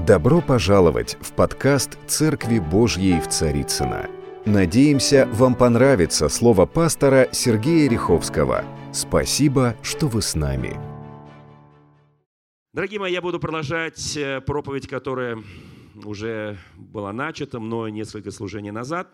Добро пожаловать в подкаст «Церкви Божьей в Царицыно». Надеемся, вам понравится слово пастора Сергея Риховского. Спасибо, что вы с нами. Дорогие мои, я буду продолжать проповедь, которая уже была начата мной несколько служений назад.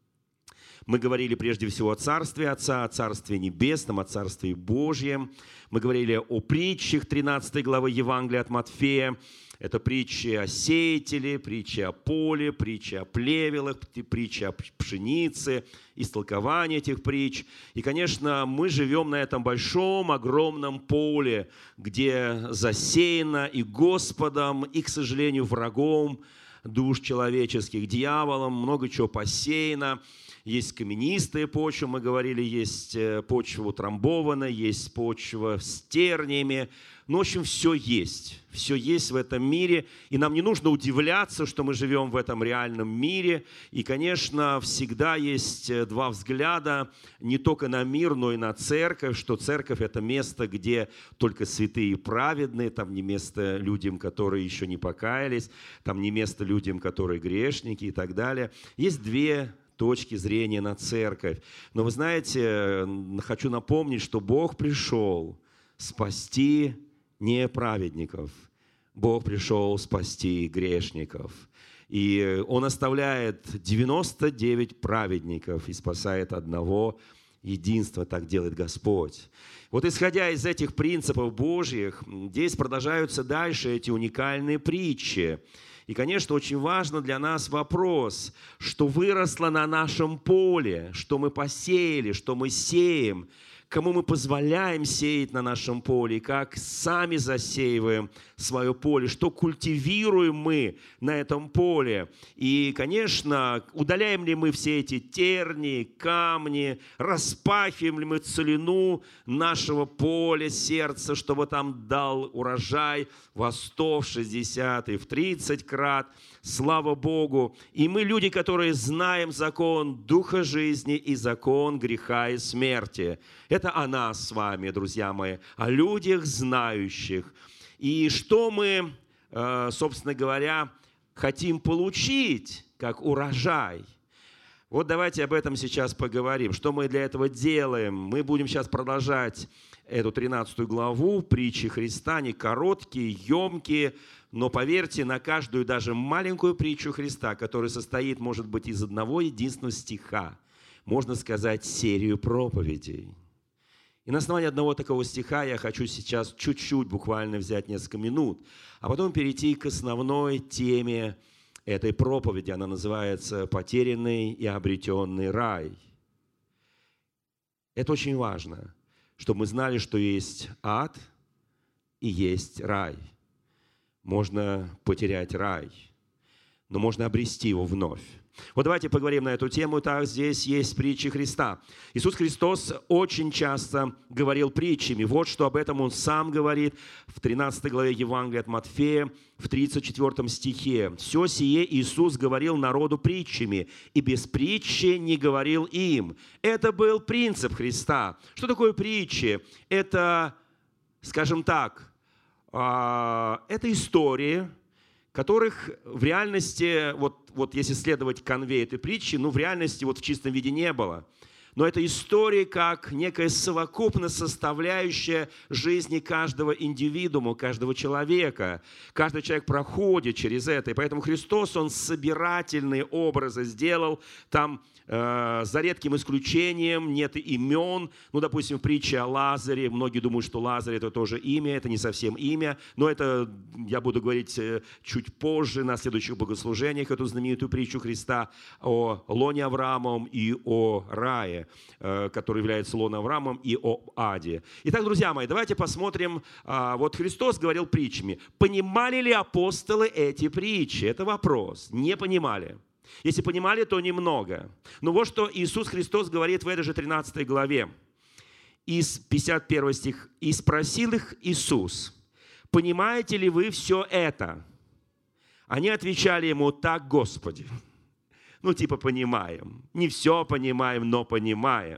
Мы говорили прежде всего о Царстве Отца, о Царстве Небесном, о Царстве Божьем. Мы говорили о притчах 13 главы Евангелия от Матфея. Это притчи о сеятеле, притчи о поле, притчи о плевелах, притчи о пшенице, истолкование этих притч. И, конечно, мы живем на этом большом, огромном поле, где засеяно и Господом, и, к сожалению, врагом душ человеческих, дьяволом, много чего посеяно. Есть каменистые почвы, мы говорили, есть почва утрамбованная, есть почва с терниями. Ну, в общем, все есть в этом мире. И нам не нужно удивляться, что мы живем в этом реальном мире. И, конечно, всегда есть два взгляда не только на мир, но и на церковь, что церковь – это место, где только святые и праведные, там не место людям, которые еще не покаялись, там не место людям, которые грешники и так далее. Есть две точки зрения на церковь. Но вы знаете, хочу напомнить, что Бог пришел спасти не праведников. Бог пришел спасти грешников. И Он оставляет 99 праведников и спасает одного единства. Так делает Господь. Вот исходя из этих принципов Божьих, здесь продолжаются дальше эти уникальные притчи. И, конечно, очень важно для нас вопрос, что выросло на нашем поле, что мы посеяли, что мы сеем, кому мы позволяем сеять на нашем поле, как сами засеиваем свое поле, что культивируем мы на этом поле. И, конечно, удаляем ли мы все эти тернии, камни, распахиваем ли мы целину нашего поля, сердца, чтобы там дал урожай во 100, в 60 и в 30 крат. Слава Богу! И мы люди, которые знаем закон Духа жизни и закон греха и смерти. Это о нас с вами, друзья мои, о людях знающих. И что мы, собственно говоря, хотим получить как урожай? Вот давайте об этом сейчас поговорим. Что мы для этого делаем? Мы будем сейчас продолжать эту 13 главу притчи Христа. Они короткие, емкие, но поверьте, на каждую даже маленькую притчу Христа, которая состоит, может быть, из одного единственного стиха, можно сказать, серию проповедей. И на основании одного такого стиха я хочу сейчас чуть-чуть, буквально взять несколько минут, а потом перейти к основной теме этой проповеди. Она называется «Потерянный и обретенный рай». Это очень важно, чтобы мы знали, что есть ад и есть рай. Можно потерять рай, но можно обрести его вновь. Вот давайте поговорим на эту тему. Так, здесь есть притчи Христа. Иисус Христос очень часто говорил притчами. Вот что об этом Он сам говорит в 13 главе Евангелия от Матфея, в 34 стихе. «Все сие Иисус говорил народу притчами, и без притчи не говорил им». Это был принцип Христа. Что такое притчи? Это, скажем так, это истории, которых в реальности, вот если следовать конве этой притчи, в реальности в чистом виде не было. Но это история как некая совокупность, составляющая жизни каждого индивидуума, каждого человека. Каждый человек проходит через это. И поэтому Христос, Он собирательные образы сделал. Там за редким исключением нет имен. Допустим, в притче о Лазаре. Многие думают, что Лазарь – это тоже имя. Это не совсем имя. Но это я буду говорить чуть позже на следующих богослужениях. Эту знаменитую притчу Христа о лоне Авраамовом и о рае, который является лоном Авраамом, и о аде. Итак, друзья мои, давайте посмотрим. Вот Христос говорил притчами. Понимали ли апостолы эти притчи? Это вопрос. Не понимали. Если понимали, то немного. Но вот что Иисус Христос говорит в этой же 13 главе. Из 51 стих. «И спросил их Иисус, понимаете ли вы все это?» Они отвечали Ему: «Так, Господи». Понимаем. Не все понимаем, но понимаем.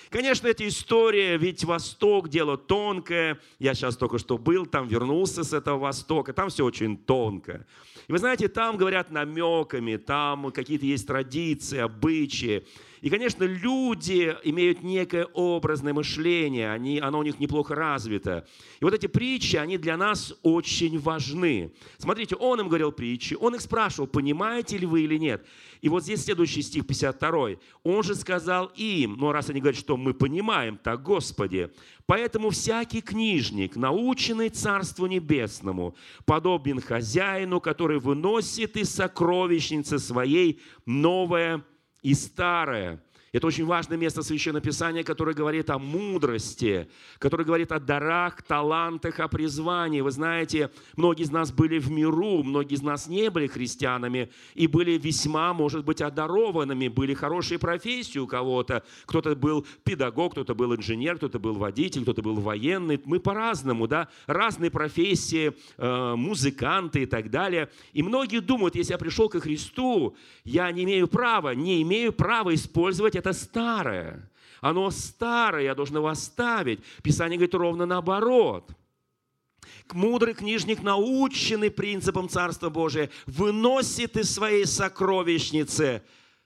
Конечно, эта история, ведь Восток – дело тонкое. Я сейчас только что был, там вернулся с этого Востока, там все очень тонко. И вы знаете, там говорят намеками, там какие-то есть традиции, обычаи. И, конечно, люди имеют некое образное мышление, оно у них неплохо развито. И вот эти притчи, они для нас очень важны. Смотрите, он им говорил притчи, он их спрашивал, понимаете ли вы или нет. И вот здесь следующий стих, 52. Он же сказал им, ну раз они говорят, что мы понимаем, так, Господи, поэтому всякий книжник, наученный Царству Небесному, подобен хозяину, который выносит из сокровищницы своей новое и старое. Это очень важное место Священного Писания, которое говорит о мудрости, которое говорит о дарах, талантах, о призвании. Вы знаете, многие из нас были в миру, многие из нас не были христианами и были весьма, может быть, одарованными, были хорошие профессии у кого-то. Кто-то был педагог, кто-то был инженер, кто-то был водитель, кто-то был военный. Мы по-разному, да, разные профессии, музыканты и так далее. И многие думают, если я пришел ко Христу, я не имею права использовать это старое. Оно старое, я должен его оставить. Писание говорит ровно наоборот. Мудрый книжник, наученный принципам Царства Божия, выносит из своей сокровищницы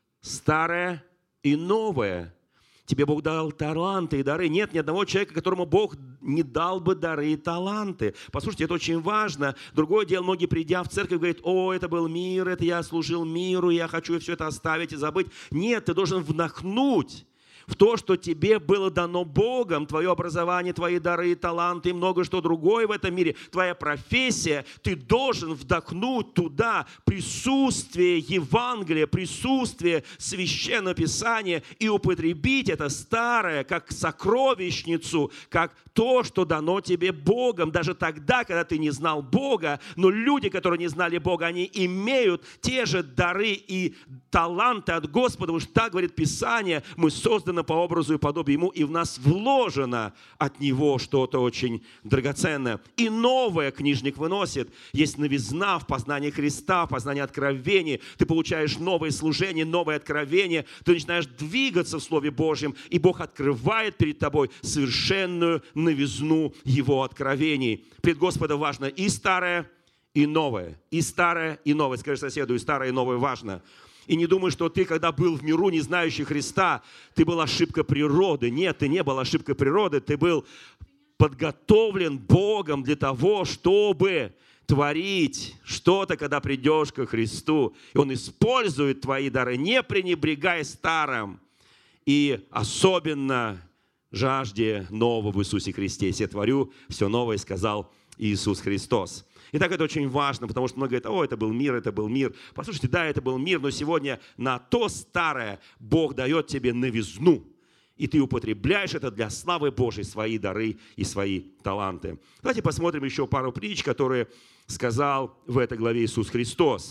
старое и новое. Тебе Бог дал таланты и дары. Нет ни одного человека, которому Бог не дал бы дары и таланты. Послушайте, это очень важно. Другое дело, многие, придя в церковь, говорят, о, это был мир, это я служил миру, я хочу все это оставить и забыть. Нет, ты должен вдохнуть в то, что тебе было дано Богом, твое образование, твои дары, таланты и много что другое в этом мире, твоя профессия, ты должен вдохнуть туда присутствие Евангелия, присутствие Священного Писания и употребить это старое как сокровищницу, как то, что дано тебе Богом, даже тогда, когда ты не знал Бога, но люди, которые не знали Бога, они имеют те же дары и таланты от Господа, потому что так говорит Писание, мы созданы по образу и подобию Ему, и в нас вложено от Него что-то очень драгоценное. И новое книжник выносит. Есть новизна в познании Христа, в познании откровений. Ты получаешь новое служение, новое откровение. Ты начинаешь двигаться в Слове Божьем, и Бог открывает перед тобой совершенную новизну Его откровений. Пред Господом важно и старое, и новое. И старое, и новое. Скажи соседу, и старое, и новое важно. И не думай, что ты, когда был в миру, не знающий Христа, ты был ошибка природы. Нет, ты не был ошибкой природы. Ты был подготовлен Богом для того, чтобы творить что-то, когда придешь ко Христу. И Он использует твои дары, не пренебрегай старым. И особенно жажде нового в Иисусе Христе. «Се творю все новое», сказал Иисус Христос. Итак, это очень важно, потому что многие говорят, о, это был мир, это был мир. Послушайте, да, это был мир, но сегодня на то старое Бог дает тебе новизну. И ты употребляешь это для славы Божьей, свои дары и свои таланты. Давайте посмотрим еще пару притч, которые сказал в этой главе Иисус Христос.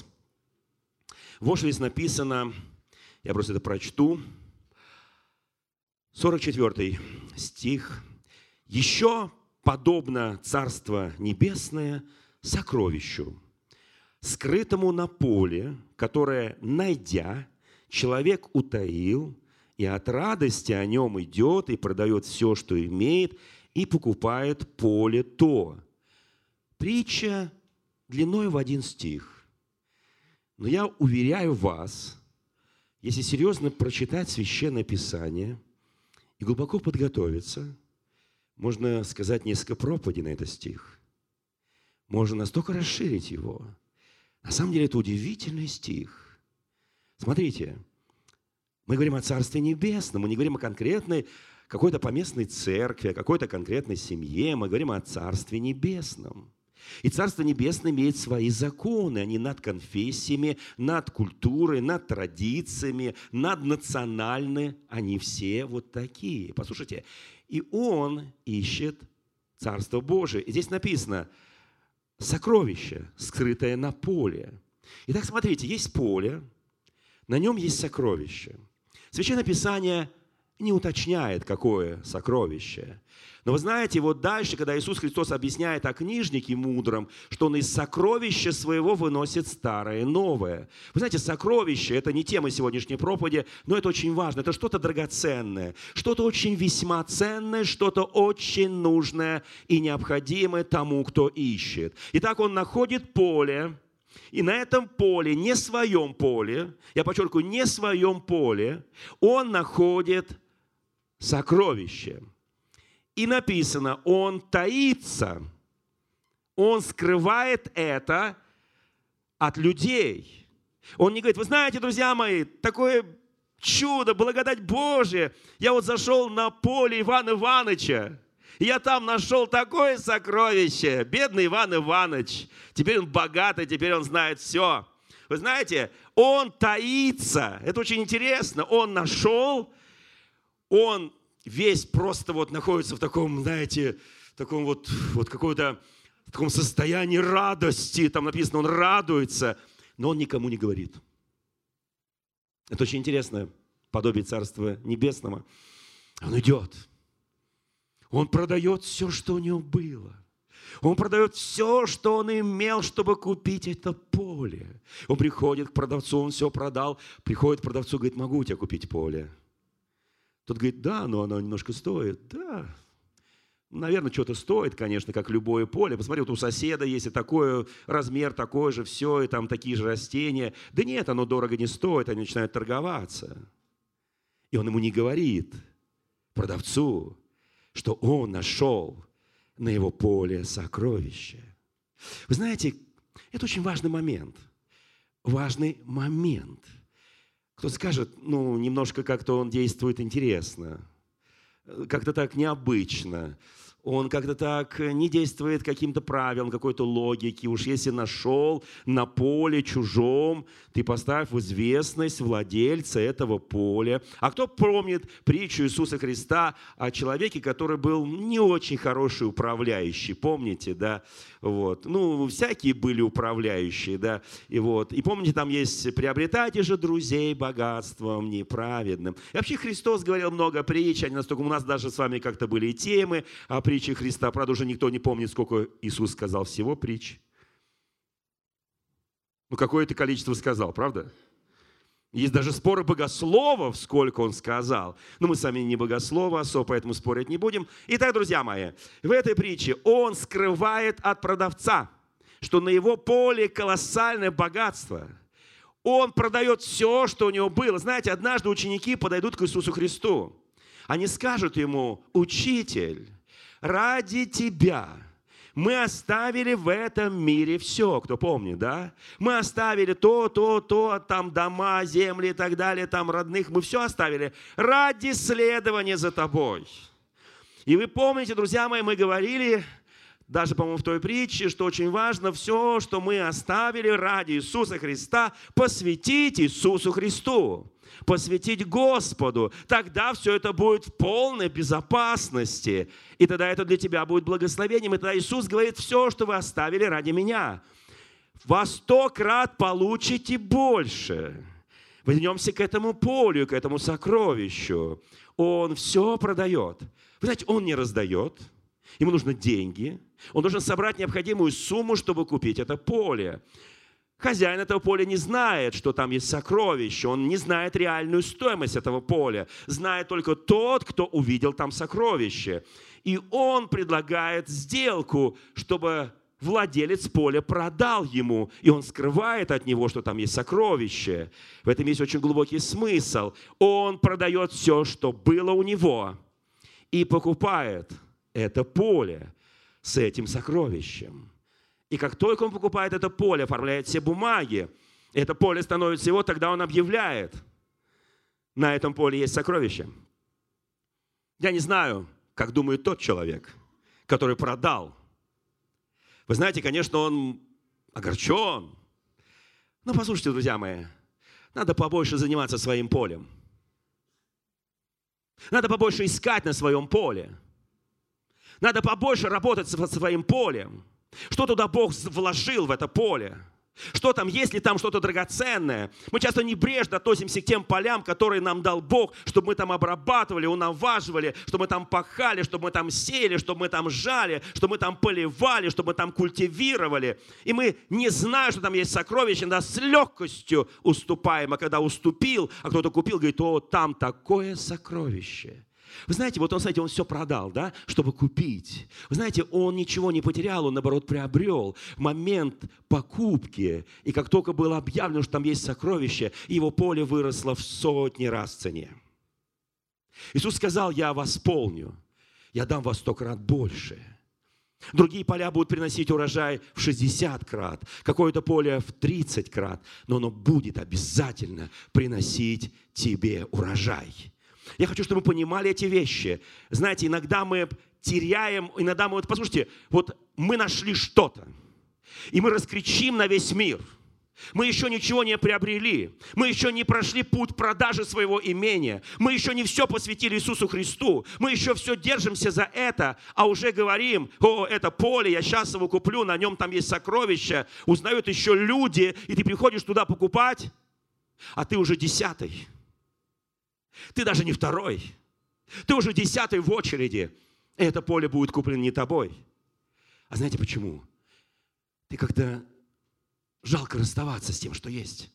Вот что здесь написано, я просто это прочту. 44 стих. «Еще подобно Царство Небесное сокровищу, скрытому на поле, которое, найдя, человек утаил, и от радости о нем идет и продает все, что имеет, и покупает поле то». Притча длиной в 1 стих. Но я уверяю вас, если серьезно прочитать Священное Писание и глубоко подготовиться, можно сказать несколько проповедей на этот стих. Можно настолько расширить его. На самом деле это удивительный стих. Смотрите, мы говорим о Царстве Небесном, мы не говорим о конкретной какой-то поместной церкви, о какой-то конкретной семье, мы говорим о Царстве Небесном. И Царство Небесное имеет свои законы, они над конфессиями, над культурой, над традициями, наднациональны, они все вот такие. Послушайте, и Он ищет Царство Божие. И здесь написано сокровище, скрытое на поле. Итак, смотрите, есть поле, на нем есть сокровище. Священное Писание не уточняет, какое сокровище. Но вы знаете, вот дальше, когда Иисус Христос объясняет о книжнике мудром, что он из сокровища своего выносит старое и новое. Вы знаете, сокровище – это не тема сегодняшней проповеди, но это очень важно. Это что-то драгоценное, что-то очень весьма ценное, что-то очень нужное и необходимое тому, кто ищет. Итак, он находит поле, и на этом поле, не своем поле, я подчеркиваю, не своем поле, он находит сокровище. И написано, он таится, он скрывает это от людей. Он не говорит, вы знаете, друзья мои, такое чудо, благодать Божия. Я вот зашел на поле Ивана Ивановича, и я там нашел такое сокровище. Бедный Иван Иванович. Теперь он богатый, теперь он знает все. Вы знаете, он таится. Это очень интересно. Он нашел, он весь просто вот находится в таком, знаете, таком вот каком-то в таком состоянии радости. Там написано, он радуется, но он никому не говорит. Это очень интересное подобие Царства Небесного. Он идет. Он продает все, что у него было. Он продает все, что он имел, чтобы купить это поле. Он приходит к продавцу, он все продал. Приходит к продавцу, говорит, могу у тебя купить поле? Тот говорит, да, но оно немножко стоит. Да, наверное, что-то стоит, конечно, как любое поле. Посмотри, вот у соседа есть и такой размер, такой же, все, и там такие же растения. Да нет, оно дорого не стоит, они начинают торговаться. И он ему не говорит, продавцу, что он нашел на его поле сокровище. Вы знаете, это очень важный момент. Важный момент. Кто скажет, немножко как-то он действует интересно, как-то так необычно. Он как-то так не действует каким-то правилам, какой-то логике. Уж если нашел на поле чужом, ты поставь в известность владельца этого поля. А кто помнит притчу Иисуса Христа о человеке, который был не очень хороший управляющий? Помните, да? Вот. Всякие были управляющие, да? И помните, там есть «приобретайте же друзей богатством неправедным». И вообще Христос говорил много притч, они настолько, у нас даже с вами как-то были и темы о притче Христа. Правда, уже никто не помнит, сколько Иисус сказал всего притч. Какое-то количество сказал, правда? Есть даже споры богословов, сколько он сказал. Но мы сами не богословы особо, поэтому спорить не будем. Итак, друзья мои, в этой притче он скрывает от продавца, что на его поле колоссальное богатство. Он продает все, что у него было. Знаете, однажды ученики подойдут к Иисусу Христу. Они скажут ему, «Учитель, ради тебя мы оставили в этом мире все». Кто помнит, да? Мы оставили то, там дома, земли и так далее, там родных. Мы все оставили ради следования за тобой. И вы помните, друзья мои, мы говорили, даже, по-моему, в той притче, что очень важно все, что мы оставили ради Иисуса Христа, посвятить Иисусу Христу. Посвятить Господу, тогда все это будет в полной безопасности. И тогда это для тебя будет благословением. И тогда Иисус говорит, все, что вы оставили ради меня, во 100 крат получите больше. Вернемся к этому полю, к этому сокровищу. Он все продает. Вы знаете, он не раздает. Ему нужны деньги. Он должен собрать необходимую сумму, чтобы купить это поле. Хозяин этого поля не знает, что там есть сокровище. Он не знает реальную стоимость этого поля. Знает только тот, кто увидел там сокровище. И он предлагает сделку, чтобы владелец поля продал ему. И он скрывает от него, что там есть сокровище. В этом есть очень глубокий смысл. Он продает все, что было у него, и покупает это поле с этим сокровищем. И как только он покупает это поле, оформляет все бумаги, это поле становится его, тогда он объявляет, на этом поле есть сокровище. Я не знаю, как думает тот человек, который продал. Вы знаете, конечно, он огорчен. Но послушайте, друзья мои, надо побольше заниматься своим полем. Надо побольше искать на своем поле. Надо побольше работать со своим полем. Что туда Бог вложил в это поле? Что там, есть ли там что-то драгоценное? Мы часто небрежно относимся к тем полям, которые нам дал Бог, чтобы мы там обрабатывали, унаваживали, чтобы мы там пахали, чтобы мы там сеяли, чтобы мы там жали, чтобы мы там поливали, чтобы мы там культивировали. И мы, не зная, что там есть сокровища, да, с легкостью уступаем. А когда уступил, а кто-то купил, говорит: о, там такое сокровище. Вы знаете, вот он, смотрите, он все продал, да, чтобы купить. Вы знаете, он ничего не потерял, он, наоборот, приобрел в момент покупки. И как только было объявлено, что там есть сокровище, его поле выросло в 100 раз в цене. Иисус сказал: я восполню, я дам во 100 крат больше. Другие поля будут приносить урожай в 60 крат, какое-то поле в 30 крат, но оно будет обязательно приносить тебе урожай. Я хочу, чтобы вы понимали эти вещи. Знаете, иногда мы теряем, иногда мы, вот послушайте, вот мы нашли что-то, и мы раскричим на весь мир. Мы еще ничего не приобрели. Мы еще не прошли путь продажи своего имения. Мы еще не все посвятили Иисусу Христу. Мы еще все держимся за это, а уже говорим: о, это поле, я сейчас его куплю, на нем там есть сокровища. Узнают еще люди, и ты приходишь туда покупать, а ты уже 10-й. Ты даже не 2-й. Ты уже 10-й в очереди. И это поле будет куплено не тобой. А знаете почему? Ты как-то жалко расставаться с тем, что есть.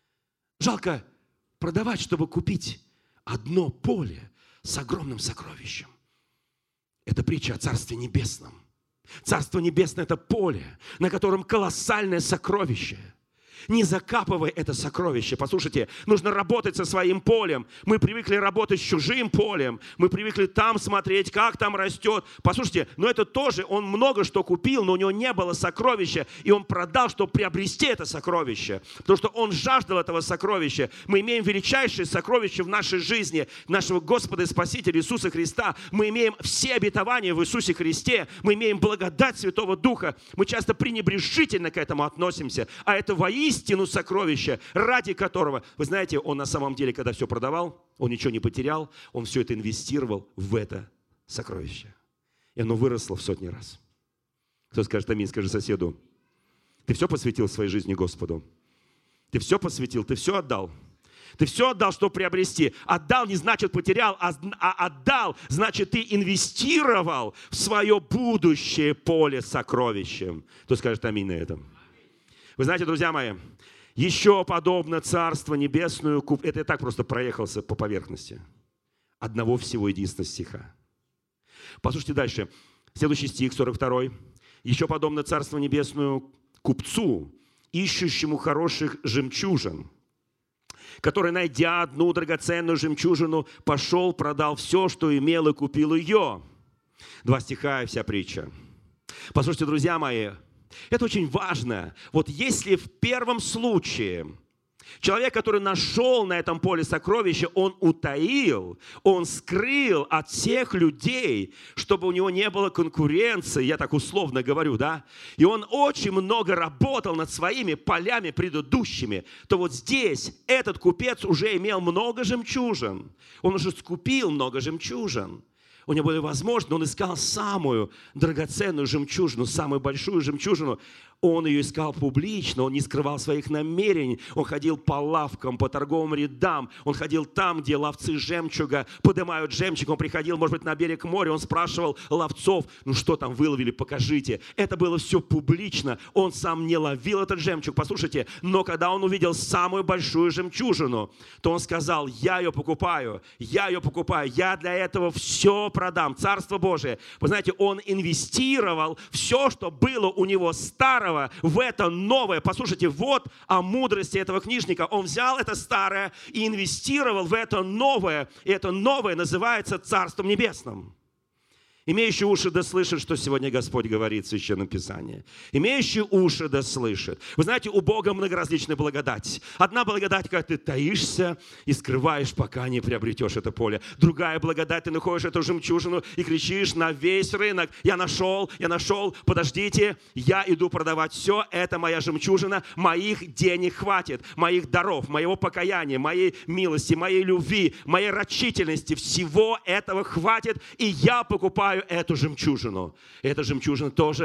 Жалко продавать, чтобы купить одно поле с огромным сокровищем. Это притча о Царстве Небесном. Царство Небесное – это поле, на котором колоссальное сокровище. Не закапывай это сокровище. Послушайте, нужно работать со своим полем. Мы привыкли работать с чужим полем. Мы привыкли там смотреть, как там растет. Послушайте, но это тоже, он много что купил, но у него не было сокровища. И он продал, чтобы приобрести это сокровище. Потому что он жаждал этого сокровища. Мы имеем величайшее сокровище в нашей жизни, нашего Господа и Спасителя Иисуса Христа. Мы имеем все обетования в Иисусе Христе. Мы имеем благодать Святого Духа. Мы часто пренебрежительно к этому относимся. А это воистину сокровище, ради которого, вы знаете, он на самом деле, когда все продавал, он ничего не потерял, он все это инвестировал в это сокровище. И оно выросло в 100 раз. Кто скажет аминь, скажи соседу: ты все посвятил своей жизни Господу? Ты все посвятил, ты все отдал? Ты все отдал, чтобы приобрести. Отдал не значит потерял, а отдал значит ты инвестировал в свое будущее поле с сокровищем. Кто скажет аминь на этом? Вы знаете, друзья мои, еще подобно Царство Небесное, это я так просто проехался по поверхности. Одного всего единственного стиха. Послушайте дальше. Следующий стих, 42. Еще подобно Царство Небесное купцу, ищущему хороших жемчужин, который, найдя одну драгоценную жемчужину, пошел, продал все, что имел, и купил ее. 2 стиха и вся притча. Послушайте, друзья мои, это очень важно. Вот если в первом случае человек, который нашел на этом поле сокровища, он утаил, он скрыл от всех людей, чтобы у него не было конкуренции, я так условно говорю, да? И он очень много работал над своими полями предыдущими, то вот здесь этот купец уже имел много жемчужин. Он уже скупил много жемчужин. У него были возможности, он искал самую драгоценную жемчужину, самую большую жемчужину. Он ее искал публично, он не скрывал своих намерений. Он ходил по лавкам, по торговым рядам. Он ходил там, где ловцы жемчуга поднимают жемчуг. Он приходил, может быть, на берег моря. Он спрашивал ловцов: ну что там выловили, покажите. Это было все публично. Он сам не ловил этот жемчуг, послушайте. Но когда он увидел самую большую жемчужину, то он сказал: я ее покупаю, я для этого все продам. Царство Божие. Вы знаете, он инвестировал все, что было у него старого, в это новое. Послушайте, вот о мудрости этого книжника. Он взял это старое и инвестировал в это новое. И это новое называется Царством Небесным. Имеющие уши да слышат, что сегодня Господь говорит в Священном Писании. Имеющие уши да слышат. Вы знаете, у Бога многоразличная благодать. Одна благодать, когда ты таишься и скрываешь, пока не приобретешь это поле. Другая благодать, ты находишь эту жемчужину и кричишь на весь рынок: я нашел, подождите, я иду продавать все, это моя жемчужина, моих денег хватит, моих даров, моего покаяния, моей милости, моей любви, моей рачительности, всего этого хватит, и я покупаю эту жемчужину. Эта жемчужина тоже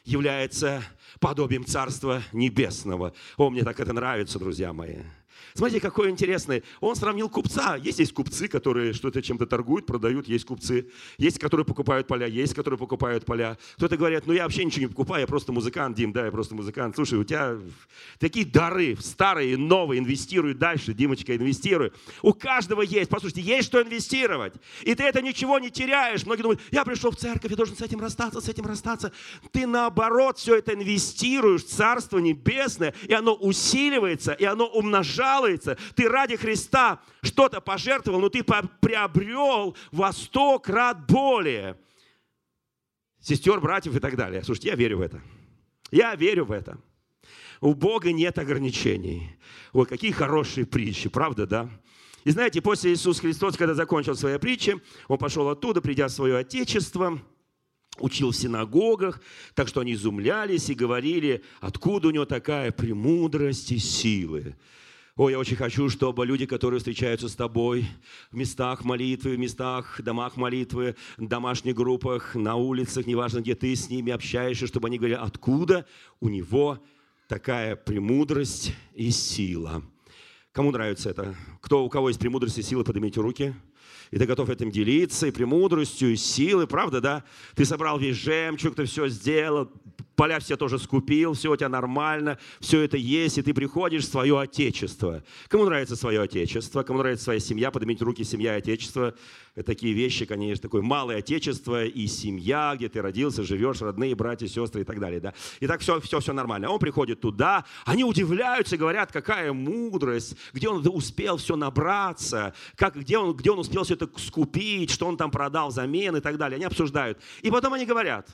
является подобием Царства Небесного. О, мне так это нравится, друзья мои. Смотрите, какой интересный. Он сравнил купца. Есть купцы, которые что-то чем-то торгуют, продают. Есть купцы. Есть, которые покупают поля. Есть, которые покупают поля. Кто-то говорит, я вообще ничего не покупаю, я просто музыкант, Дим, да, я просто музыкант. Слушай, у тебя такие дары, старые и новые, инвестируй дальше, Димочка, инвестируй. У каждого есть. Послушайте, есть что инвестировать. И ты это ничего не теряешь. Многие думают, я пришел в церковь, я должен с этим расстаться. Ты наоборот все это инвестируешь в Царство Небесное, и оно усиливается, и оно умножается. Ты ради Христа что-то пожертвовал, но ты приобрел во 100 крат более. Сестер, братьев и так далее. Слушайте, я верю в это. Я верю в это. У Бога нет ограничений. Ой, какие хорошие притчи, правда, да? И знаете, после Иисус Христос, когда закончил свои притчи, Он пошел оттуда, придя в свое Отечество, учил в синагогах, так что они изумлялись и говорили, откуда у Него такая премудрость и силы. О, я очень хочу, чтобы люди, которые встречаются с тобой в местах молитвы, в местах, домах молитвы, в домашних группах, на улицах, неважно, где ты с ними общаешься, чтобы они говорили, откуда у него такая премудрость и сила. Кому нравится это? У кого есть премудрость и сила, поднимите руки. И ты готов этим делиться, и премудростью, и силой, правда, да? Ты собрал весь жемчуг, ты все сделал, поля все тоже скупил, все у тебя нормально, все это есть, и ты приходишь в свое Отечество. Кому нравится свое Отечество? Кому нравится своя семья? Поднимите руки, семья и Отечество. Это такие вещи, конечно, такое малое Отечество и семья, где ты родился, живешь, родные, братья, сестры и так далее, да? И так все нормально. Он приходит туда, они удивляются, говорят, какая мудрость, где он успел все набраться, где он успел все это скупить, что он там продал взамен и так далее. Они обсуждают. И потом они говорят.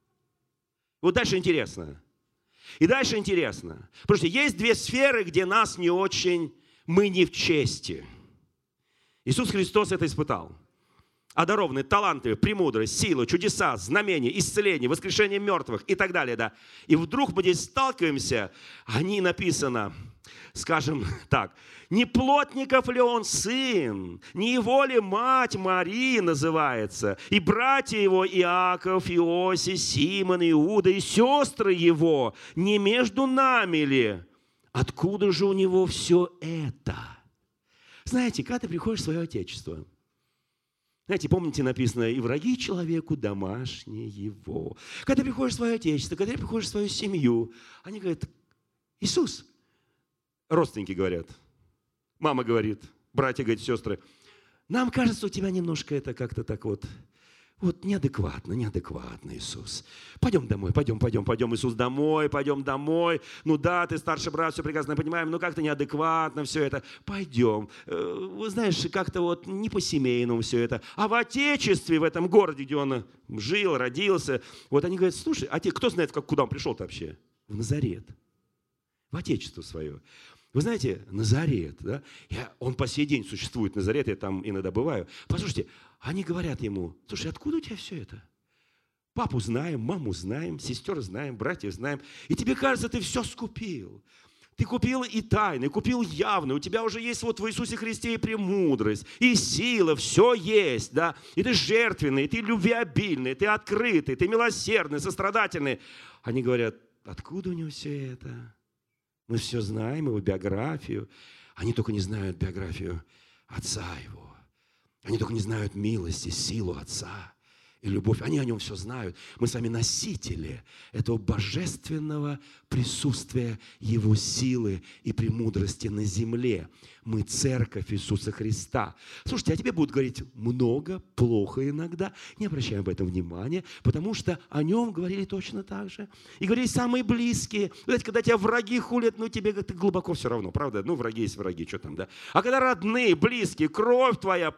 Вот дальше интересно. И дальше интересно. Потому что есть две сферы, где нас не очень, мы не в чести. Иисус Христос это испытал. Одарованные, таланты, премудрость, сила, чудеса, знамения, исцеление, воскрешение мертвых и так далее. Да. И вдруг мы здесь сталкиваемся, они написано, скажем так, не плотников ли он сын, не его ли мать Мария называется, и братья его Иаков, Иосиф, Симон, Иуда, и сестры его, не между нами ли? Откуда же у него все это? Знаете, когда ты приходишь в свое Отечество, знаете, помните, написано, и враги человеку домашние его. Когда ты приходишь в свое Отечество, когда ты приходишь в свою семью, они говорят, Иисус, родственники говорят, мама говорит, братья говорят, сестры, нам кажется, у тебя немножко это как-то так вот неадекватно, Иисус. Пойдем домой, пойдем, Иисус, домой, пойдем домой. Ну да, ты старший брат, все прекрасно понимаем, но как-то неадекватно все это. Пойдем. Вы знаешь, как-то не по-семейному все это. А в Отечестве, в этом городе, где он жил, родился, они говорят, слушай, а кто знает, куда он пришел-то вообще? В Назарет. В Отечество свое. Вы знаете, Назарет, да? Он по сей день существует, Назарет, я там иногда бываю. Послушайте, они говорят ему, слушай, откуда у тебя все это? Папу знаем, маму знаем, сестер знаем, братьев знаем. И тебе кажется, ты все скупил. Ты купил и тайны, купил явно. У тебя уже есть в Иисусе Христе и премудрость, и сила, все есть, да? И ты жертвенный, и ты любвеобильный, ты открытый, ты милосердный, сострадательный. Они говорят, откуда у него все это? Мы все знаем, его биографию. Они только не знают биографию отца его. Они только не знают милости, силу отца и любовь. Они о нем все знают. Мы с вами носители этого божественного присутствия его силы и премудрости на земле. Мы церковь Иисуса Христа. Слушайте, а тебе будут говорить много, плохо иногда. Не обращаем об этом внимания, потому что о нем говорили точно так же. И говорили самые близкие. Знаете, когда тебя враги хулят, тебе как-то глубоко все равно, правда? Враги есть враги, что там, да? А когда родные, близкие, кровь твоя,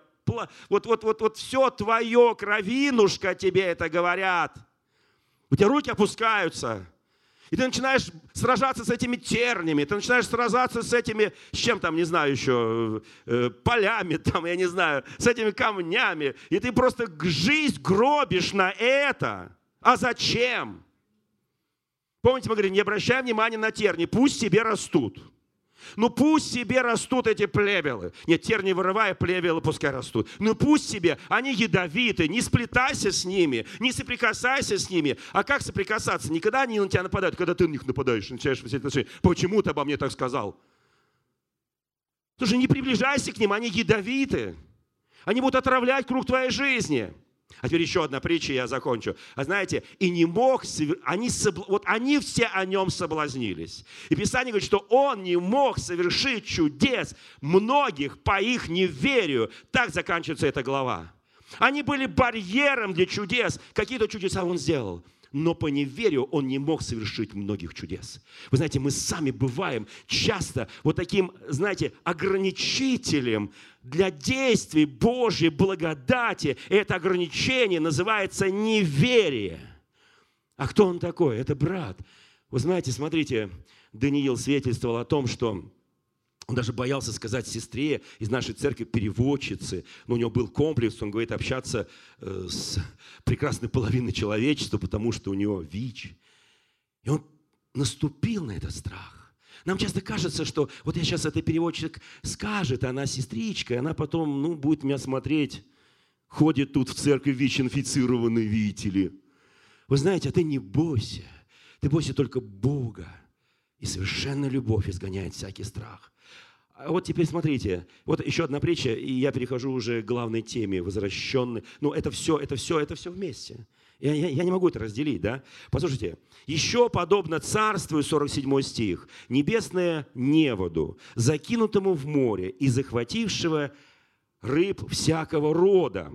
все твое, кровинушка тебе это говорят. У тебя руки опускаются. И ты начинаешь сражаться с этими тернями, ты начинаешь сражаться с этими, с чем там, не знаю еще, полями, там, я не знаю, с этими камнями. И ты просто жизнь гробишь на это. А зачем? Помните, мы говорим, не обращай внимания на терни, пусть тебе растут. Ну пусть себе растут эти плевелы. Нет, терни вырывая, плевелы пускай растут. Ну пусть себе, они ядовиты, не сплетайся с ними, не соприкасайся с ними. А как соприкасаться? Никогда они на тебя нападают, когда ты на них нападаешь, начинаешь высять отношения. Почему ты обо мне так сказал? Слушай, не приближайся к ним, они ядовиты. Они будут отравлять круг твоей жизни. А теперь еще одна притча, я закончу. А знаете, и не мог, вот они все о нем соблазнились. И Писание говорит, что он не мог совершить чудес многих по их неверию. Так заканчивается эта глава. Они были барьером для чудес. Какие-то чудеса он сделал. Но по неверию он не мог совершить многих чудес. Вы знаете, мы сами бываем часто вот таким, знаете, ограничителем для действий Божьей благодати. Это ограничение называется неверие. А кто он такой? Это брат. Вы знаете, смотрите, Даниил свидетельствовал о том, что он даже боялся сказать сестре из нашей церкви, переводчице, но у него был комплекс, он говорит, общаться с прекрасной половиной человечества, потому что у него ВИЧ. И он наступил на этот страх. Нам часто кажется, что вот я сейчас этой переводчик скажет, она сестричка, и она потом будет меня смотреть, ходит тут в церкви ВИЧ-инфицированный, видите ли. Вы знаете, а ты не бойся, ты бойся только Бога. И совершенная любовь изгоняет всякий страх. А вот теперь смотрите, вот еще одна притча, и я перехожу уже к главной теме, возвращенной. Ну, это все вместе. Я не могу это разделить, да? Послушайте, еще подобно царству, 47 стих, небесное неводу, закинутому в море и захватившего рыб всякого рода.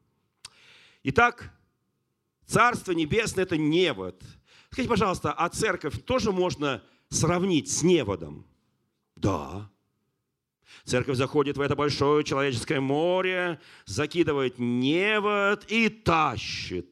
Итак, царство небесное – это невод. Скажите, пожалуйста, а церковь тоже можно сравнить с неводом? Да. Церковь заходит в это большое человеческое море, закидывает невод и тащит.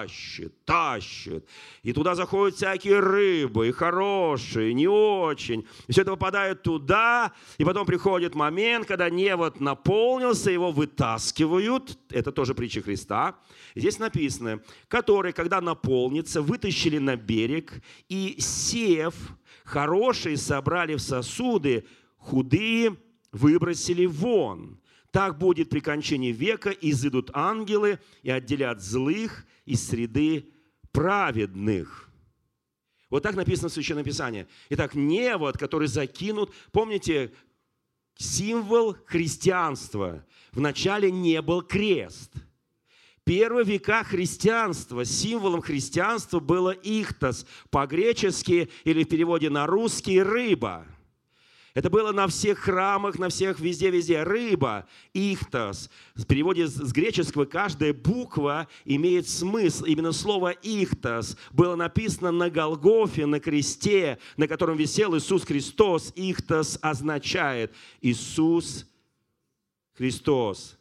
И туда заходят всякие рыбы, и хорошие, и не очень. И все это попадает туда, и потом приходит момент, когда невод наполнился, его вытаскивают. Это тоже притча Христа. Здесь написано, которые, когда наполнится, вытащили на берег, и сев, хорошие собрали в сосуды, худые выбросили вон. Так будет при кончине века, изыдут ангелы и отделят злых из среды праведных. Вот так написано в Священном Писании. Итак, невод, который закинут, помните, символ христианства. Вначале не был крест. Первые века христианства, символом христианства было ихтос, по-гречески или в переводе на русский рыба. Это было на всех храмах, на всех везде. Рыба, ихтос. В переводе с греческого каждая буква имеет смысл. Именно слово ихтос было написано на Голгофе, на кресте, на котором висел Иисус Христос. Ихтос означает Иисус Христос,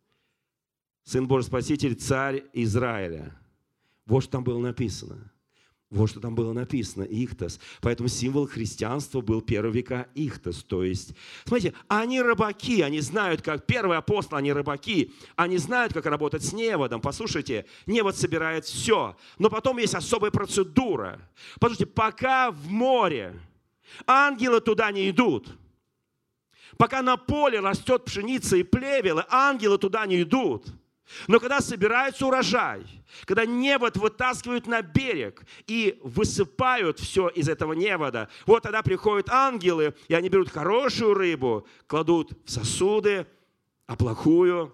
Сын Божий Спаситель, Царь Израиля. Вот что там было написано. Вот что там было написано, ихтос. Поэтому символ христианства был первого века ихтос. То есть, смотрите, они рыбаки, они знают, как первые апостолы, они рыбаки, они знают, как работать с неводом. Послушайте, невод собирает все, но потом есть особая процедура. Послушайте, пока в море ангелы туда не идут, пока на поле растет пшеница и плевелы, ангелы туда не идут. Но когда собирается урожай, когда невод вытаскивают на берег и высыпают все из этого невода, вот тогда приходят ангелы, и они берут хорошую рыбу, кладут в сосуды, а плохую,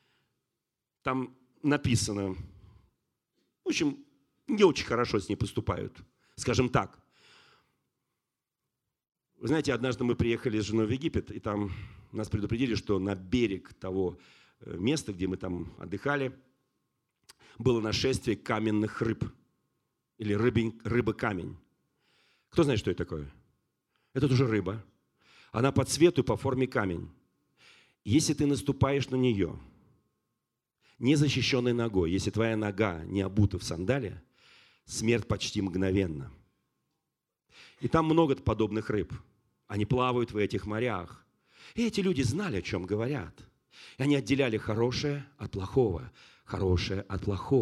там написано, в общем, не очень хорошо с ней поступают, скажем так. Вы знаете, однажды мы приехали с женой в Египет, и там нас предупредили, что на берег того место, где мы там отдыхали, было нашествие каменных рыб. Или рыба-камень. Кто знает, что это такое? Это тоже рыба. Она по цвету и по форме камень. Если ты наступаешь на нее, незащищенной ногой, если твоя нога не обута в сандале, смерть почти мгновенна. И там много подобных рыб. Они плавают в этих морях. И эти люди знали, о чем говорят. И они отделяли хорошее от плохого,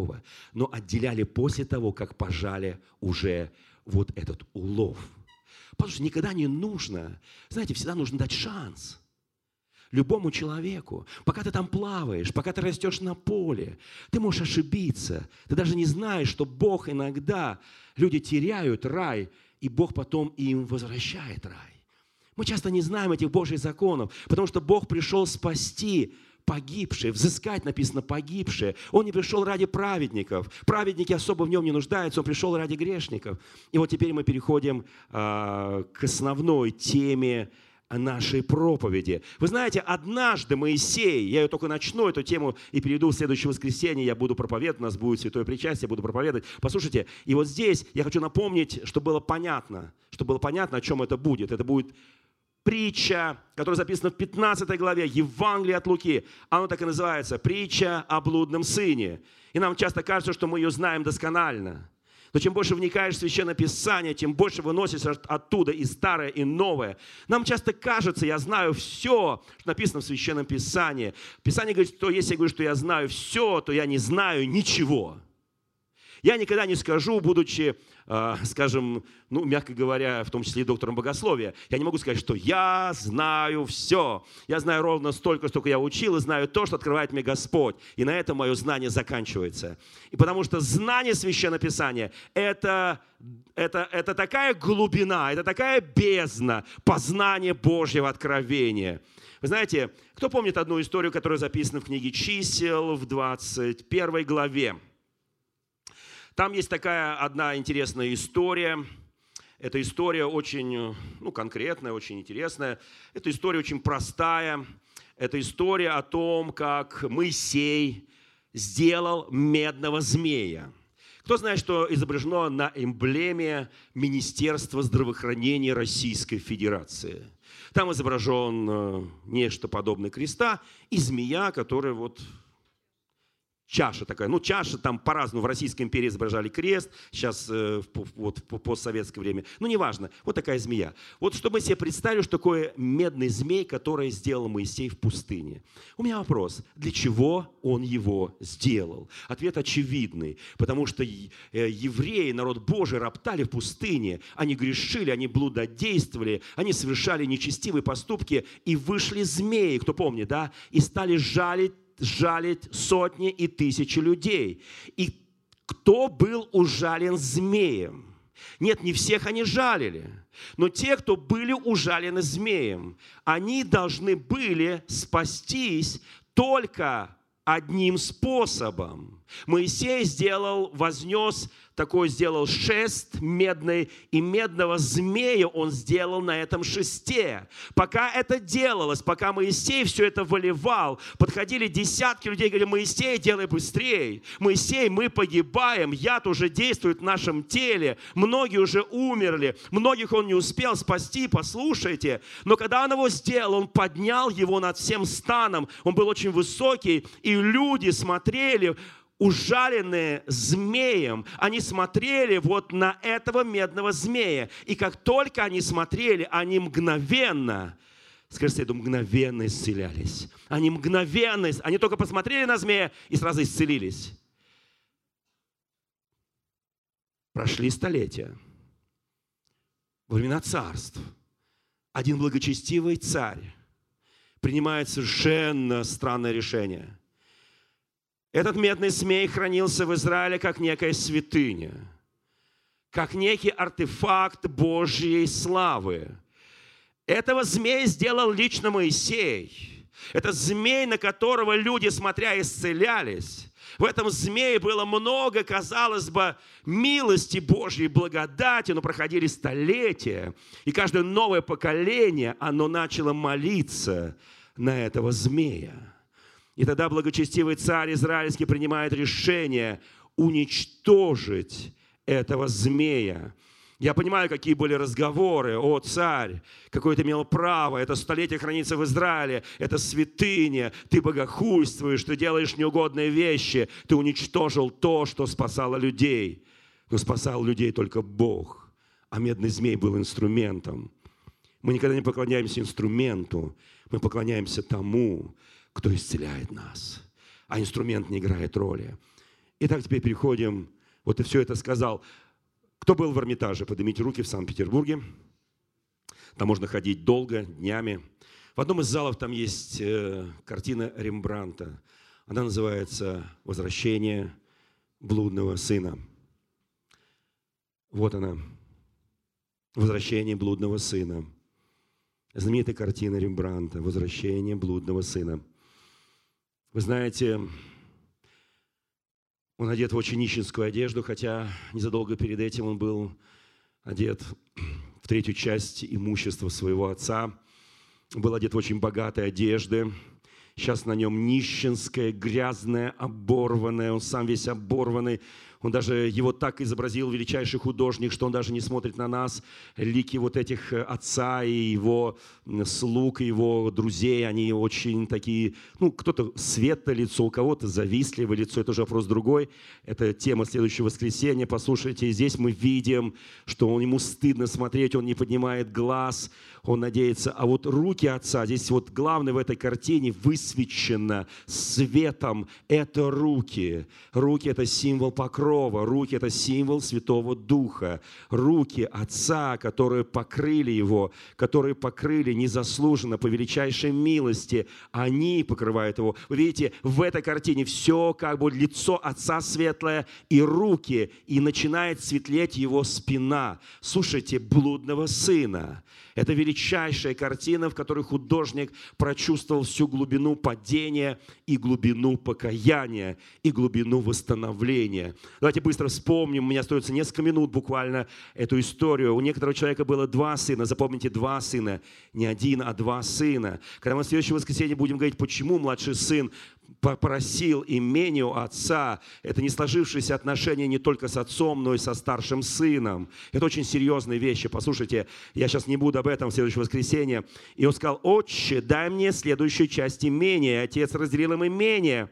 но отделяли после того, как пожали уже вот этот улов. Потому что никогда не нужно, знаете, всегда нужно дать шанс любому человеку. Пока ты там плаваешь, пока ты растешь на поле, ты можешь ошибиться. Ты даже не знаешь, что Бог иногда, люди теряют рай, и Бог потом им возвращает рай. Мы часто не знаем этих Божьих законов, потому что Бог пришел спасти погибшие, взыскать, написано, погибшие. Он не пришел ради праведников. Праведники особо в нем не нуждаются, он пришел ради грешников. И вот теперь мы переходим к основной теме нашей проповеди. Вы знаете, однажды Моисей, я ее только начну, эту тему, и перейду в следующее воскресенье, я буду проповедовать, у нас будет святое причастие, я буду проповедовать. Послушайте, и вот здесь я хочу напомнить, чтобы было понятно, о чем это будет. Это будет притча, которая записана в 15 главе Евангелия от Луки. Оно так и называется, притча о блудном сыне. И нам часто кажется, что мы ее знаем досконально. Но чем больше вникаешь в Священное Писание, тем больше выносишь оттуда и старое, и новое. Нам часто кажется, я знаю все, что написано в Священном Писании. Писание говорит, что если я говорю, что я знаю все, то я не знаю ничего. Я никогда не скажу, будучи, скажем, мягко говоря, в том числе и доктором богословия, я не могу сказать, что я знаю все. Я знаю ровно столько, сколько я учил, и знаю то, что открывает мне Господь. И на этом мое знание заканчивается. И потому что знание Священного Писания – это такая глубина, это такая бездна познания Божьего откровения. Вы знаете, кто помнит одну историю, которая записана в книге «Чисел» в 21 главе? Там есть такая одна интересная история. Эта история очень конкретная, очень интересная. Эта история очень простая. Это история о том, как Моисей сделал медного змея. Кто знает, что изображено на эмблеме Министерства здравоохранения Российской Федерации? Там изображен нечто подобное креста и змея, которая чаша такая. Чаша там по-разному. В Российской империи изображали крест, сейчас в постсоветское время. Неважно. Вот такая змея. Вот чтобы себе представили, что такое медный змей, который сделал Моисей в пустыне. У меня вопрос. Для чего он его сделал? Ответ очевидный. Потому что евреи, народ Божий, роптали в пустыне. Они грешили, они блудодействовали, они совершали нечестивые поступки. И вышли змеи, кто помнит, да? И стали жалить сотни и тысячи людей. И кто был ужален змеем? Нет, не всех они жалили. Но те, кто были ужалены змеем, они должны были спастись только одним способом. Моисей вознес сделал шест медный, и медного змея он сделал на этом шесте. Пока это делалось, пока Моисей все это выливал, подходили десятки людей и говорили: Моисей, делай быстрее. Моисей, мы погибаем, яд уже действует в нашем теле, многие уже умерли, многих он не успел спасти, послушайте. Но когда он его сделал, он поднял его над всем станом, он был очень высокий, и люди смотрели, ужаленные змеем, они смотрели на этого медного змея. И как только они смотрели, они мгновенно, скажите, мгновенно исцелялись. Они только посмотрели на змея и сразу исцелились. Прошли столетия, времена царств. Один благочестивый царь принимает совершенно странное решение. Этот медный змей хранился в Израиле как некая святыня, как некий артефакт Божьей славы. Этого змея сделал лично Моисей. Это змей, на которого люди, смотря, исцелялись. В этом змее было много, казалось бы, милости Божьей, благодати, но проходили столетия. И каждое новое поколение, оно начало молиться на этого змея. И тогда благочестивый царь израильский принимает решение уничтожить этого змея. Я понимаю, какие были разговоры. О, царь, какое ты имел право, это столетие хранится в Израиле, это святыня, ты богохульствуешь, ты делаешь неугодные вещи, ты уничтожил то, что спасало людей. Но спасал людей только Бог, а медный змей был инструментом. Мы никогда не поклоняемся инструменту, мы поклоняемся тому, кто исцеляет нас, а инструмент не играет роли. Итак, теперь переходим, вот и все это сказал. Кто был в Эрмитаже? Поднимите руки в Санкт-Петербурге. Там можно ходить долго, днями. В одном из залов там есть картина Рембрандта. Она называется «Возвращение блудного сына». Вот она. «Возвращение блудного сына». Знаменитая картина Рембрандта «Возвращение блудного сына». Вы знаете, он одет в очень нищенскую одежду, хотя незадолго перед этим он был одет в третью часть имущества своего отца. Был одет в очень богатые одежды. Сейчас на нем нищенская, грязная, оборванная. Он сам весь оборванный. Он даже его так изобразил величайший художник, что он даже не смотрит на нас. Лики вот этих отца и его слуг, и его друзей, они очень такие, кто-то светлое лицо, у кого-то завистливое лицо, это уже вопрос другой. Это тема следующего воскресенья. Послушайте, здесь мы видим, что ему стыдно смотреть, он не поднимает глаз, он надеется. А вот руки отца, здесь вот главное в этой картине высвечено светом, это руки. Руки – это символ покрова. Руки – это символ Святого Духа. Руки Отца, которые покрыли Его, которые покрыли незаслуженно, по величайшей милости, они покрывают Его. Вы видите, в этой картине все как бы лицо Отца светлое и руки, и начинает светлеть Его спина. Слушайте, блудного сына. Это величайшая картина, в которой художник прочувствовал всю глубину падения и глубину покаяния, и глубину восстановления. Давайте быстро вспомним, у меня остается несколько минут буквально эту историю. У некоторого человека было 2 сына, запомните, 2 сына, не 1, а 2 сына. Когда мы в следующее воскресенье будем говорить, почему младший сын попросил имение у отца, это не сложившиеся отношения не только с отцом, но и со старшим сыном. Это очень серьезные вещи. Послушайте, я сейчас не буду об этом в следующее воскресенье. И он сказал: «Отче, дай мне следующую часть имения». Отец разделил им имение.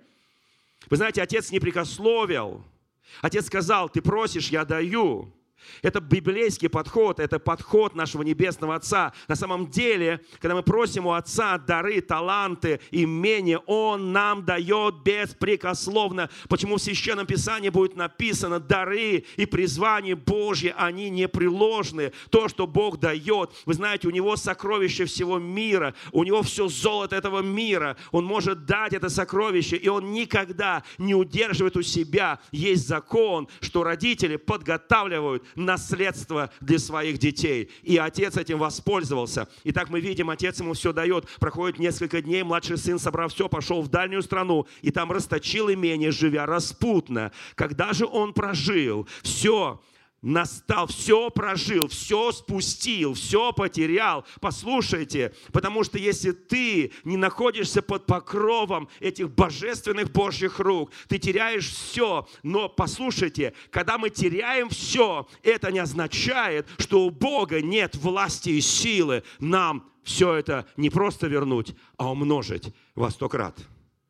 Вы знаете, отец не прекословил. Отец сказал: «Ты просишь, я даю». Это библейский подход, это подход нашего Небесного Отца. На самом деле, когда мы просим у Отца дары, таланты, имения, Он нам дает беспрекословно. Почему в Священном Писании будет написано: дары и призвания Божьи, они непреложны. То, что Бог дает, вы знаете, у Него сокровище всего мира, у Него все золото этого мира. Он может дать это сокровище, и Он никогда не удерживает у себя. Есть закон, что родители подготавливают наследство для своих детей. И отец этим воспользовался. И так мы видим, отец ему все дает. Проходит несколько дней, младший сын, собрав все, пошел в дальнюю страну и там расточил имение, живя распутно. Когда же он прожил все, настал, все прожил, все спустил, все потерял. Послушайте, потому что если ты не находишься под покровом этих божественных Божьих рук, ты теряешь все. Но послушайте, когда мы теряем все, это не означает, что у Бога нет власти и силы нам все это не просто вернуть, а умножить во 100 крат.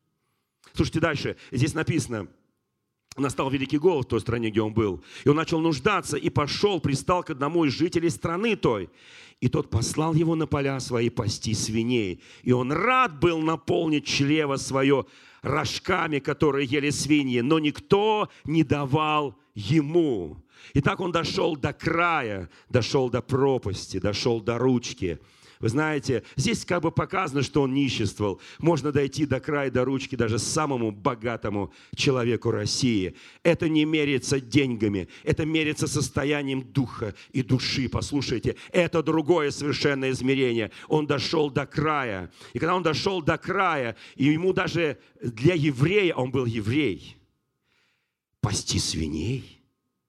Слушайте дальше, здесь написано: настал великий голод в той стране, где он был. И он начал нуждаться, и пошел, пристал к одному из жителей страны той. И тот послал его на поля свои пасти свиней. И он рад был наполнить чрево свое рожками, которые ели свиньи, но никто не давал ему. И так он дошел до края, дошел до пропасти, дошел до ручки. Вы знаете, здесь как бы показано, что он нищенствовал. Можно дойти до края, до ручки даже самому богатому человеку России. Это не меряется деньгами, это меряется состоянием духа и души. Послушайте, это другое совершенное измерение. Он дошел до края. И когда он дошел до края, и ему даже для еврея, он был еврей, пасти свиней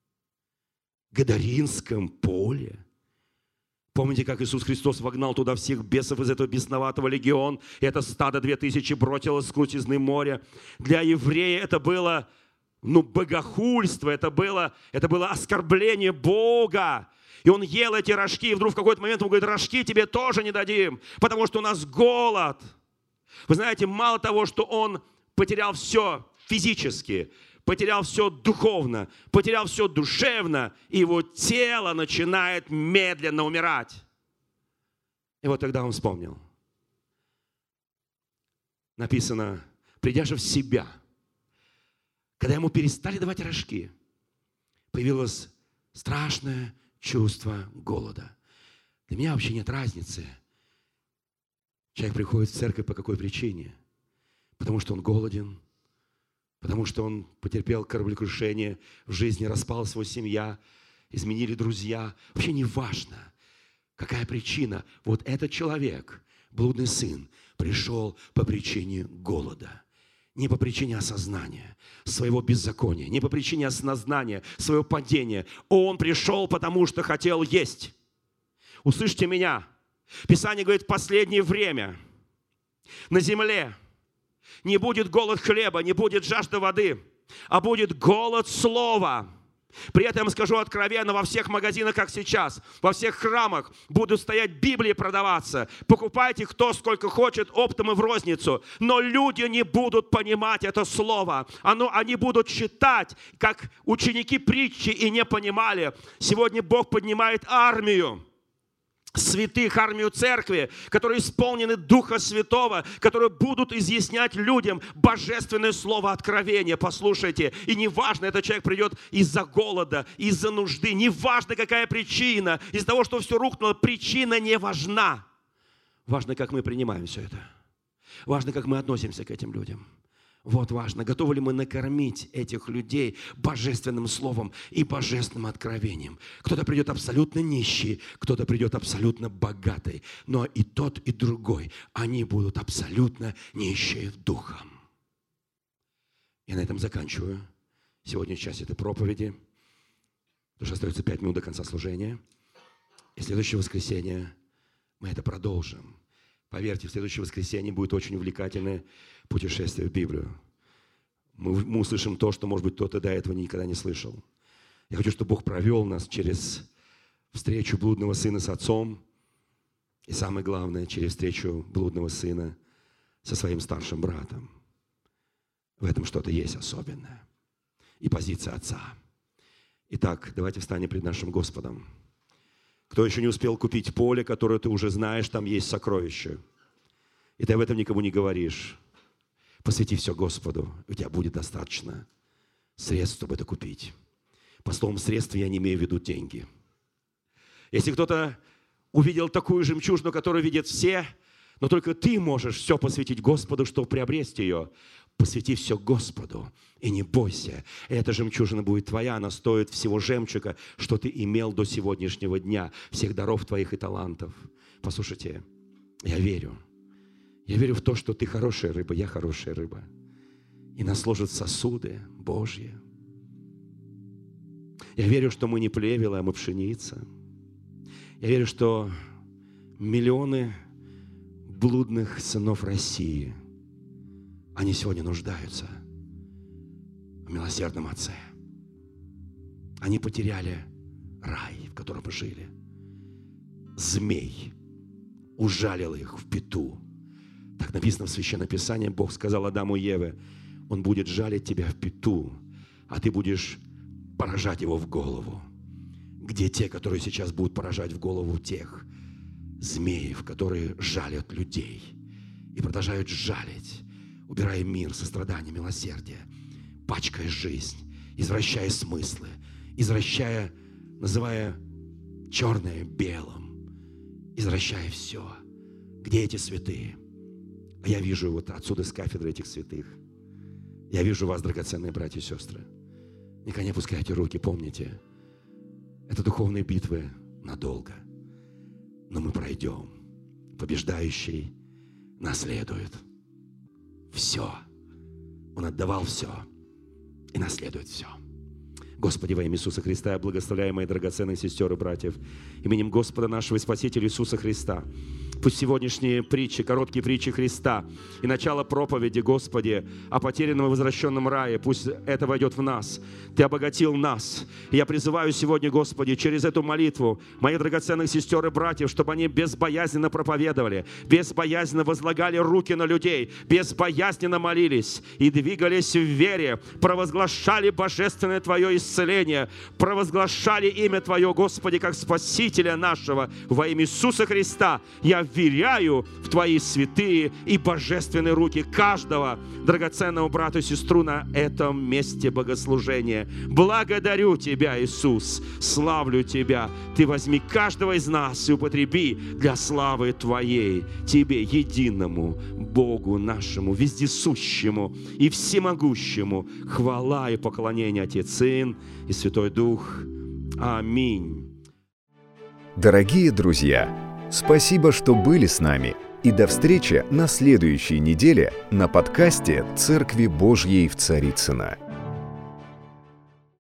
в Гадаринском поле. Помните, как Иисус Христос вогнал туда всех бесов из этого бесноватого легиона, и это стадо 2000 бросилось в крутизны моря. Для еврея это было богохульство, это было оскорбление Бога. И он ел эти рожки, и вдруг в какой-то момент он говорит: рожки тебе тоже не дадим, потому что у нас голод. Вы знаете, мало того, что он потерял все физически, потерял все духовно, потерял все душевно, и его тело начинает медленно умирать. И вот тогда он вспомнил. Написано: придя же в себя, когда ему перестали давать рожки, появилось страшное чувство голода. Для меня вообще нет разницы. Человек приходит в церковь по какой причине? Потому что он голоден, потому что он потерпел кораблекрушение в жизни, распалась его семья, изменили друзья. Вообще не важно, какая причина. Вот этот человек, блудный сын, пришел по причине голода. Не по причине осознания своего беззакония, не по причине осознания своего падения. Он пришел, потому что хотел есть. Услышьте меня. Писание говорит, в последнее время на земле не будет голод хлеба, не будет жажда воды, а будет голод слова. При этом я скажу откровенно, во всех магазинах, как сейчас, во всех храмах будут стоять Библии продаваться. Покупайте кто сколько хочет, оптом и в розницу. Но люди не будут понимать это слово. Они будут читать, как ученики притчи, и не понимали. Сегодня Бог поднимает армию святых, армию церкви, которые исполнены Духа Святого, которые будут изъяснять людям божественное слово откровения. Послушайте, и неважно, этот человек придет из-за голода, из-за нужды, неважно, какая причина, из-за того, что все рухнуло, причина не важна. Важно, как мы принимаем все это. Важно, как мы относимся к этим людям. Вот важно, готовы ли мы накормить этих людей божественным словом и божественным откровением. Кто-то придет абсолютно нищий, кто-то придет абсолютно богатый. Но и тот, и другой, они будут абсолютно нищие духом. Я на этом заканчиваю сегодня часть этой проповеди, потому что остается 5 минут до конца служения. И следующее воскресенье мы это продолжим. Поверьте, в следующее воскресенье будет очень увлекательное путешествие в Библию. Мы услышим то, что, может быть, кто-то до этого никогда не слышал. Я хочу, чтобы Бог провел нас через встречу блудного сына с отцом. И самое главное, через встречу блудного сына со своим старшим братом. В этом что-то есть особенное. И позиция отца. Итак, давайте встанем перед нашим Господом. Кто еще не успел купить поле, которое ты уже знаешь, там есть сокровище. И ты об этом никому не говоришь. Посвяти все Господу, у тебя будет достаточно средств, чтобы это купить. По словам средств я не имею в виду деньги. Если кто-то увидел такую жемчужину, которую видят все, но только ты можешь все посвятить Господу, чтобы приобрести ее, посвяти все Господу и не бойся. Эта жемчужина будет твоя, она стоит всего жемчуга, что ты имел до сегодняшнего дня, всех даров твоих и талантов. Послушайте, я верю в то, что ты хорошая рыба, я хорошая рыба. И нас сложат сосуды Божьи. Я верю, что мы не плевела, а мы пшеница. Я верю, что миллионы блудных сынов России, они сегодня нуждаются в милосердном Отце. Они потеряли рай, в котором мы жили. Змей ужалил их в пяту. Так написано в Священном Писании. Бог сказал Адаму и Еве: Он будет жалить тебя в пяту, а ты будешь поражать его в голову. Где те, которые сейчас будут поражать в голову тех змеев, которые жалят людей и продолжают жалить, убирая мир, сострадание, милосердие, пачкая жизнь, извращая смыслы, извращая, называя черное белым, извращая все. Где эти святые? А я вижу вот отсюда с кафедры этих святых. Я вижу вас, драгоценные братья и сестры. Никогда не опускайте руки, помните, это духовные битвы надолго. Но мы пройдем. Побеждающий наследует все. Он отдавал все и наследует все. Господи, во имя Иисуса Христа, я благословляю моих драгоценных сестер и братьев именем Господа нашего и Спасителя Иисуса Христа. Пусть сегодняшние притчи, короткие притчи Христа и начало проповеди, Господи, о потерянном и возвращенном рае, пусть это войдет в нас. Ты обогатил нас. И я призываю сегодня, Господи, через эту молитву моих драгоценных сестер и братьев, чтобы они безбоязненно проповедовали, безбоязненно возлагали руки на людей, безбоязненно молились и двигались в вере, провозглашали божественное Твое исцеление, провозглашали имя Твое, Господи, как Спасителя нашего. Во имя Иисуса Христа я вверяю в Твои святые и божественные руки каждого драгоценного брата и сестру на этом месте богослужения. Благодарю Тебя, Иисус, славлю Тебя. Ты возьми каждого из нас и употреби для славы Твоей, Тебе, единому Богу нашему, вездесущему и всемогущему. Хвала и поклонение, Отец, Сын и Святой Дух. Аминь. Дорогие друзья, спасибо, что были с нами. И до встречи на следующей неделе на подкасте «Церкви Божьей в Царицыно».